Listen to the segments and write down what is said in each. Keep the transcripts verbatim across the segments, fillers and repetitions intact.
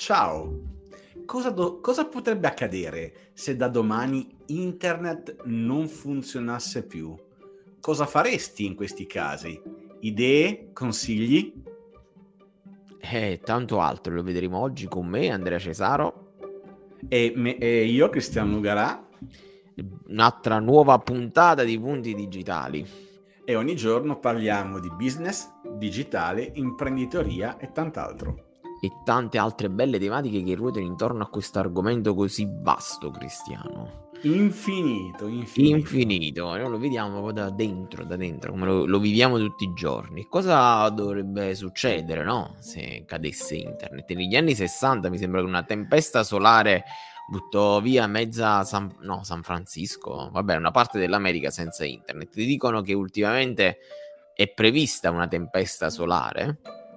Ciao, cosa, do- cosa potrebbe accadere se da domani internet non funzionasse più? Cosa faresti in questi casi? Idee? Consigli? E tanto altro lo vedremo oggi con me, Andrea Cesaro. E, me- e io, Cristiano Lugarà, Un'altra nuova puntata di Punti Digitali. e ogni giorno parliamo di business, digitale, imprenditoria e tant'altro. E tante altre belle tematiche che ruotano intorno a questo argomento così vasto, Cristiano. Infinito, infinito. Infinito, noi lo vediamo proprio da dentro, da dentro, come lo, lo viviamo tutti i giorni. Cosa dovrebbe succedere, no? Se cadesse internet. Negli anni sessanta mi sembra che una tempesta solare buttò via mezza San, no, San Francisco, vabbè, una parte dell'America senza internet. Ti dicono che ultimamente è prevista una tempesta solare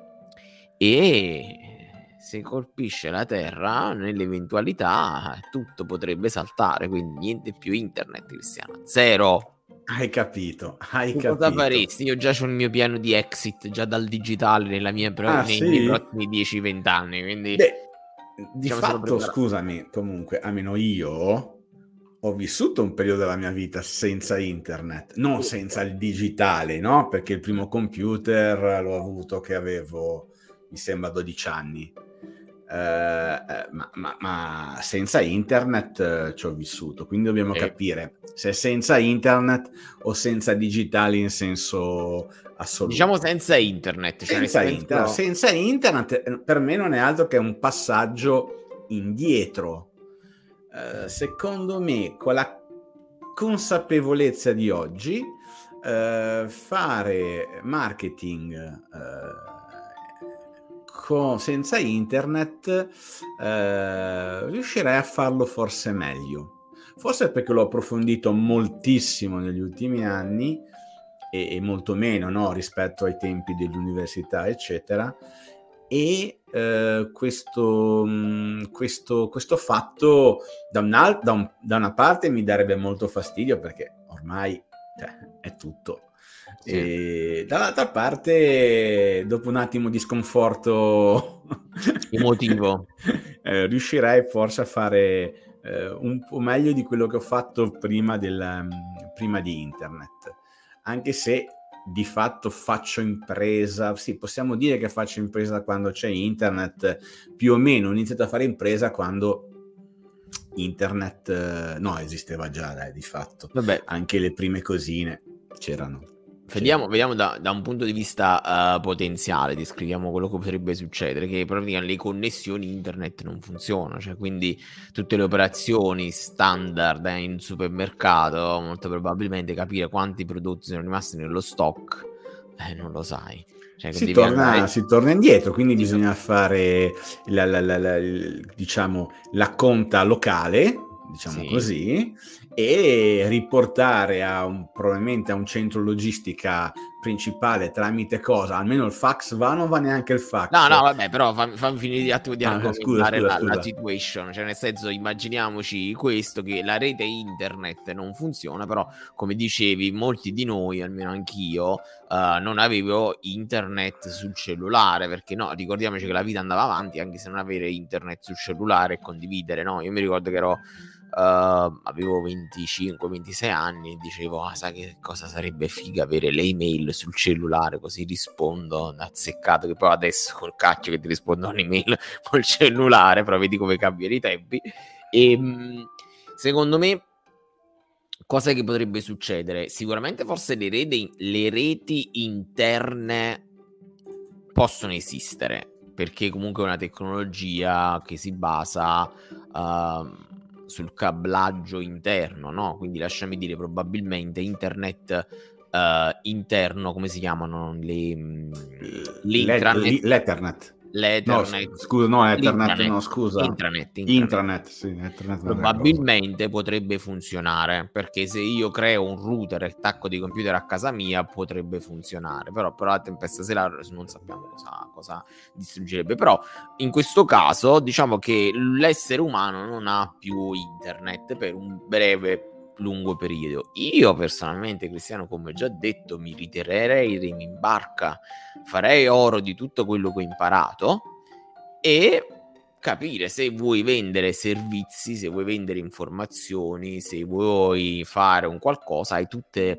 e se colpisce la Terra, nell'eventualità tutto potrebbe saltare, quindi niente più internet, Cristiano, zero. Hai capito, hai Tu capito. cosa faresti? Io già ho il mio piano di exit già dal digitale nella mia pro- Ah, nei, nei sì? prossimi dieci venti anni, quindi Beh, di diciamo sono fatto, preparato. scusami, comunque, almeno io ho vissuto un periodo della mia vita senza internet, non senza il digitale, no? Perché il primo computer l'ho avuto che avevo, mi sembra, dodici anni. Eh, eh, ma, ma- ma senza internet eh, ci ho vissuto, quindi dobbiamo Eh, capire se senza internet o senza digitale in senso assoluto. diciamo senza internet, cioè nel Senza internet, senso... senza internet eh, per me non è altro che un passaggio indietro. Eh, secondo me, con la consapevolezza di oggi, eh, fare marketing eh, con- senza internet eh, riuscirei a farlo forse meglio. Forse perché l'ho approfondito moltissimo negli ultimi anni e, e molto meno, no, rispetto ai tempi dell'università, eccetera. E eh, questo, mh, questo, questo fatto da, un al- da, un- da una parte mi darebbe molto fastidio perché ormai cioè, è tutto. Sì. E dall'altra parte, dopo un attimo di sconforto Emotivo. eh, riuscirei forse a fare eh, un po' meglio di quello che ho fatto prima, del, prima di internet. Anche se di fatto faccio impresa, sì, possiamo dire che faccio impresa quando c'è internet, più o meno ho iniziato a fare impresa quando internet eh, no, esisteva già, dai, di fatto. Vabbè, Anche le prime cosine c'erano. vediamo, c'erano. vediamo da, da un punto di vista uh, potenziale, descriviamo quello che potrebbe succedere, che praticamente le connessioni internet non funzionano, cioè quindi tutte le operazioni standard eh, in supermercato, molto probabilmente capire quanti prodotti sono rimasti nello stock, eh, non lo sai. Cioè, Si devi torna, andare... si torna indietro, quindi Sì, bisogna fare la, la- la- la- il- diciamo, la conta locale, diciamo sì. così, e riportare a un, probabilmente a un centro logistica principale tramite cosa? Almeno il fax va, non va neanche il No, no, fax. vabbè, però fammi, fammi finire di attimo di Ah, scusa, argomentare scusa, la, la scusa. situation, cioè nel senso immaginiamoci questo, che la rete internet non funziona, però come dicevi molti di noi, almeno anch'io, uh, non avevo internet sul cellulare, perché no, ricordiamoci che la vita andava avanti anche se non avere internet sul cellulare e condividere, no? Io mi ricordo che ero... Uh, avevo venticinque ventisei anni e dicevo, ah, sai che cosa sarebbe figa avere le email sul cellulare, così rispondo azzeccato, che poi adesso col cacchio che ti rispondo un'email col cellulare, però vedi come cambiano i tempi. E mh, secondo me cosa che potrebbe succedere? Sicuramente forse le reti, le reti interne possono esistere, perché comunque è una tecnologia che si basa uh, sul cablaggio interno, no? Quindi lasciami dire, probabilmente internet uh, interno, come si chiamano? Le, l'intranet, L'Ethernet. No, l'Ethernet, scusa, no, Ethernet, l'intranet, no, scusa. intranet, intranet. Intranet, sì, Ethernet è un'altra cosa. Probabilmente potrebbe funzionare, perché se io creo un router e attacco dei computer a casa mia potrebbe funzionare, però, però la tempesta solare non sappiamo cosa, cosa distruggerebbe. Però in questo caso diciamo che l'essere umano non ha più internet per un breve lungo periodo. Io personalmente, Cristiano, come già detto, mi ritirerei in barca, farei oro di tutto quello che ho imparato e capire se vuoi vendere servizi, se vuoi vendere informazioni, se vuoi fare un qualcosa, hai tutte,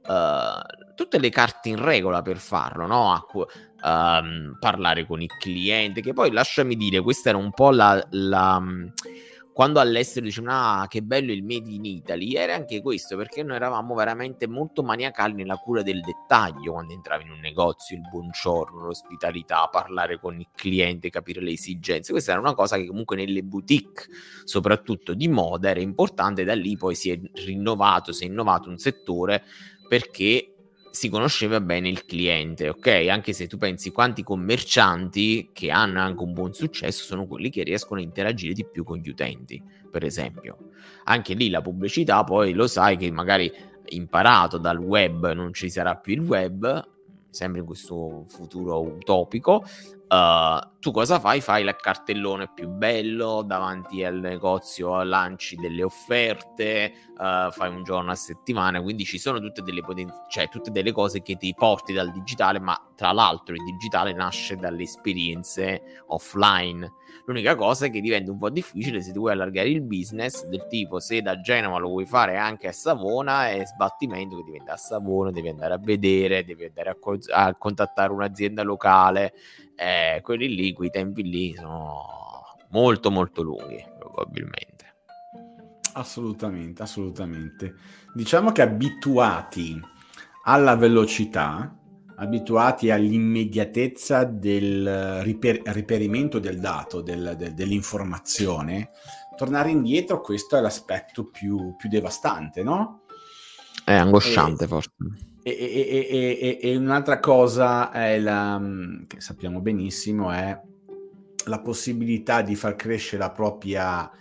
uh, tutte le carte in regola per farlo, no? Acqu- um, parlare con il cliente, che poi lasciami dire, questa era un po' la... la quando all'estero dicevano ah che bello il Made in Italy, era anche questo, perché noi eravamo veramente molto maniacali nella cura del dettaglio quando entravi in un negozio, il buongiorno, l'ospitalità, parlare con il cliente, capire le esigenze. Questa era una cosa che comunque nelle boutique, soprattutto di moda, era importante. Da lì poi si è rinnovato, si è innovato un settore perché si conosceva bene il cliente, ok? Anche se tu pensi quanti commercianti che hanno anche un buon successo sono quelli che riescono a interagire di più con gli utenti, per esempio. Anche lì la pubblicità, poi lo sai che magari imparato dal web non ci sarà più il web, sempre in questo futuro utopico. Uh, tu cosa fai? Fai il cartellone più bello davanti al negozio, lanci delle offerte, uh, fai un giorno a settimana, quindi ci sono tutte delle poten- cioè tutte delle cose che ti porti dal digitale, ma tra l'altro il digitale nasce dalle esperienze offline. L'unica cosa è che diventa un po' difficile se tu vuoi allargare il business, del tipo se da Genova lo vuoi fare anche a Savona, è sbattimento che diventa a Savona, devi andare a vedere, devi andare a, co- a contattare un'azienda locale. Eh, quelli lì, quei tempi lì sono molto molto lunghi probabilmente. Assolutamente, assolutamente. Diciamo che abituati alla velocità, abituati all'immediatezza del riper- riperimento del dato, del, del, dell'informazione, tornare indietro, questo è l'aspetto più, più devastante, no? È angosciante E, forse. E, e, e, e, e un'altra cosa è la, che sappiamo benissimo, è la possibilità di far crescere la propria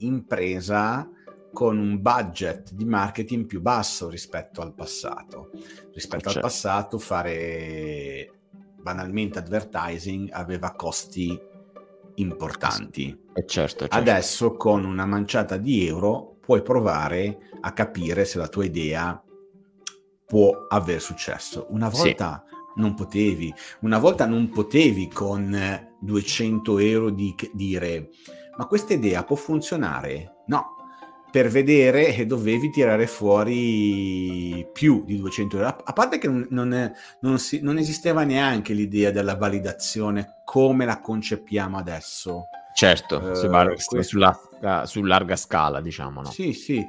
impresa con un budget di marketing più basso rispetto al passato. Rispetto Certo. al passato fare banalmente advertising aveva costi importanti. E certo, certo. Adesso con una manciata di euro puoi provare a capire se la tua idea può aver successo. Una volta sì. non potevi, una volta non potevi con duecento euro di, dire ma questa idea può funzionare? No, per vedere dovevi tirare fuori più di duecento euro, a parte che non, non, non, si, non esisteva neanche l'idea della validazione come la concepiamo adesso. Certo, uh, su, bar- questo... sulla, su larga scala, diciamo, no? Sì, sì,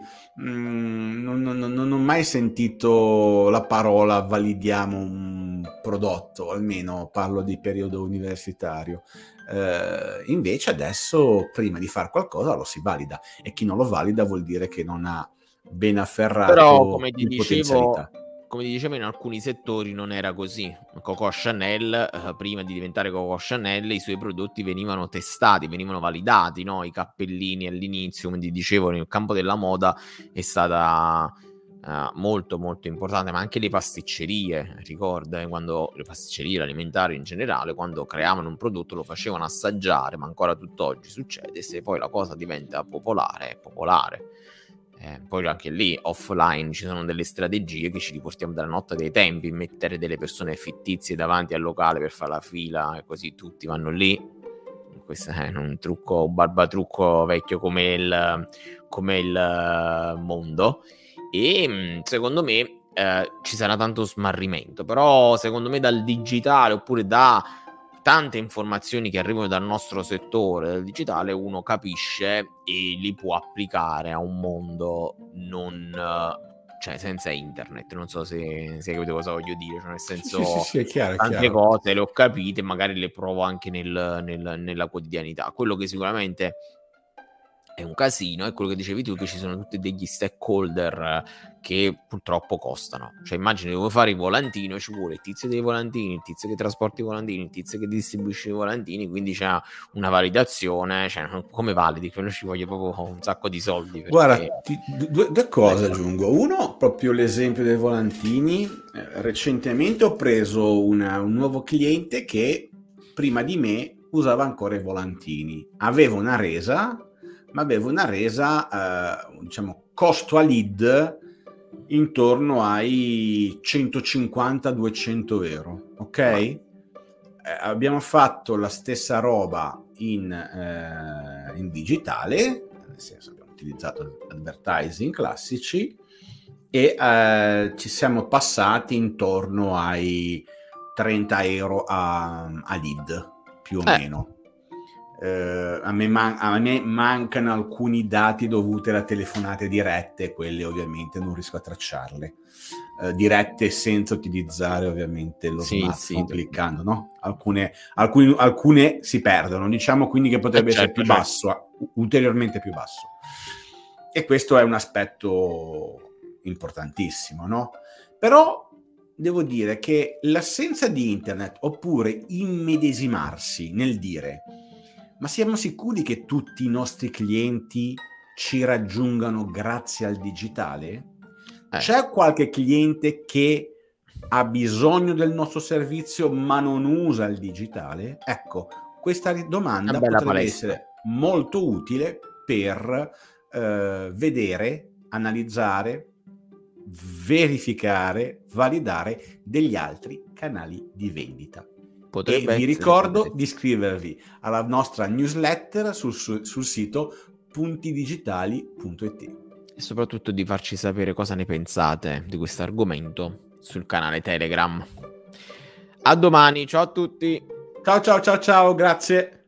mm, non, non, non ho mai sentito la parola validiamo un prodotto, almeno parlo di periodo universitario. Eh, invece adesso, prima di fare qualcosa, lo si valida, e chi non lo valida vuol dire che non ha ben afferrato Però, come ti le dicevo, potenzialità. come ti dicevo, in alcuni settori non era così. Coco Chanel, eh, prima di diventare Coco Chanel, i suoi prodotti venivano testati, venivano validati, no? I cappellini all'inizio, come ti dicevo, nel campo della moda è stata eh, molto molto importante, ma anche le pasticcerie, ricorda, eh, quando le pasticcerie, l'alimentare in generale, quando creavano un prodotto lo facevano assaggiare, ma ancora tutt'oggi succede, se poi la cosa diventa popolare, è popolare. Eh, poi anche lì offline ci sono delle strategie che ci riportiamo dalla notte dei tempi, mettere delle persone fittizie davanti al locale per fare la fila e così tutti vanno lì. Questo è un trucco, un barbatrucco vecchio come il, come il mondo, e secondo me eh, ci sarà tanto smarrimento, però secondo me dal digitale oppure da tante informazioni che arrivano dal nostro settore del digitale uno capisce e li può applicare a un mondo non, cioè senza internet. Non so se, se capite cosa voglio dire, cioè nel senso sì, sì, sì, è chiaro, è tante chiaro. cose le ho capite, magari le provo anche nel, nel, nella quotidianità. Quello che sicuramente è un casino è quello che dicevi tu, che ci sono tutti degli stakeholder che purtroppo costano. Cioè immagini, devo fare i volantini, ci vuole il tizio dei volantini, il tizio che trasporta i volantini, il tizio che distribuisce i volantini, quindi c'è una validazione, cioè come validi? Quello ci voglio proprio un sacco di soldi. Perché... Guarda, ti, due, due cose aggiungo. Uno, proprio l'esempio dei volantini. Eh, recentemente ho preso una, un nuovo cliente che prima di me usava ancora i volantini. Aveva una resa, ma aveva una resa, eh, diciamo, costo a lead intorno ai centocinquanta duecento euro, ok? Eh, abbiamo fatto la stessa roba in, eh, in digitale, nel senso abbiamo utilizzato advertising classici e eh, ci siamo passati intorno ai trenta euro a, a lead, più o Eh. meno. Uh, a, me man- a me mancano alcuni dati dovuti alle telefonate dirette, quelle ovviamente non riesco a tracciarle, uh, dirette senza utilizzare ovviamente lo Sì, smartphone sì. cliccando, no? Alcune, alcune, alcune si perdono, diciamo quindi che potrebbe Eh, essere certo, più certo. basso, ulteriormente più basso, e questo è un aspetto importantissimo, no? Però devo dire che l'assenza di internet oppure immedesimarsi nel dire ma siamo sicuri che tutti i nostri clienti ci raggiungano grazie al digitale? Eh. C'è qualche cliente che ha bisogno del nostro servizio ma non usa il digitale? Ecco, questa domanda Una bella potrebbe palestra. essere molto utile per eh, vedere, analizzare, verificare, validare degli altri canali di vendita. Potrebbe E vi essere, ricordo potrebbe di iscrivervi alla nostra newsletter sul, sul, sul sito puntidigitali punto it e soprattutto di farci sapere cosa ne pensate di questo argomento sul canale Telegram. A domani, ciao a tutti. Ciao ciao ciao ciao, grazie.